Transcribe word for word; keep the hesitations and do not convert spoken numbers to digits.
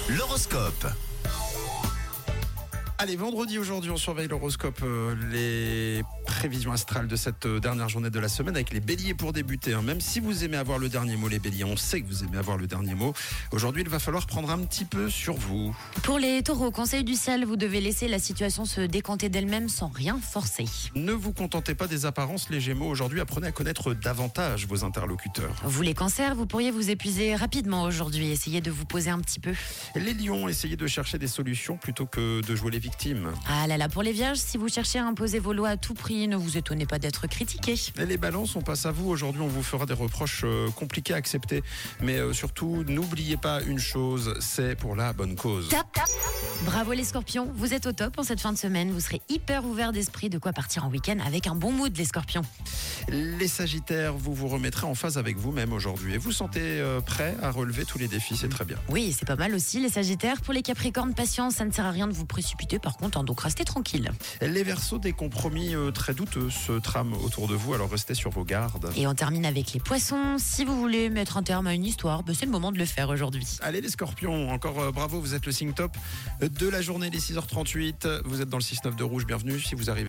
L'horoscope. Allez, vendredi aujourd'hui, on surveille l'horoscope, euh, les prévisions astrales de cette euh, dernière journée de la semaine avec les béliers pour débuter. Hein. Même si vous aimez avoir le dernier mot, les béliers, on sait que vous aimez avoir le dernier mot. Aujourd'hui, il va falloir prendre un petit peu sur vous. Pour les taureaux, conseil du ciel, vous devez laisser la situation se décanter d'elle-même sans rien forcer. Ne vous contentez pas des apparences, les gémeaux. Aujourd'hui, apprenez à connaître davantage vos interlocuteurs. Vous les cancers, vous pourriez vous épuiser rapidement aujourd'hui. Essayez de vous poser un petit peu. Les lions, essayez de chercher des solutions plutôt que de jouer les victimes. Ah là là, pour les vierges, si vous cherchez à imposer vos lois à tout prix, ne vous étonnez pas d'être critiqué. Et les balances, on passe à vous. Aujourd'hui, on vous fera des reproches euh, compliqués à accepter. Mais euh, surtout, n'oubliez pas une chose, c'est pour la bonne cause. Tap, tap. Bravo les scorpions, vous êtes au top en cette fin de semaine. Vous serez hyper ouvert d'esprit, de quoi partir en week-end avec un bon mood, les scorpions. Les sagittaires, vous vous remettrez en phase avec vous-même aujourd'hui. Et vous sentez euh, prêt à relever tous les défis, c'est très bien. Oui, c'est pas mal aussi les sagittaires. Pour les capricornes, patience, ça ne sert à rien de vous précipiter par contre, hein, donc restez tranquille. Les verseaux, des compromis euh, très douteux se trament autour de vous, alors restez sur vos gardes. Et on termine avec les poissons. Si vous voulez mettre un terme à une histoire, ben c'est le moment de le faire aujourd'hui. Allez les scorpions, encore euh, bravo, vous êtes le signe top de la journée, les six heures trente-huit. Vous êtes dans le six neuf de Rouge, bienvenue si vous arrivez.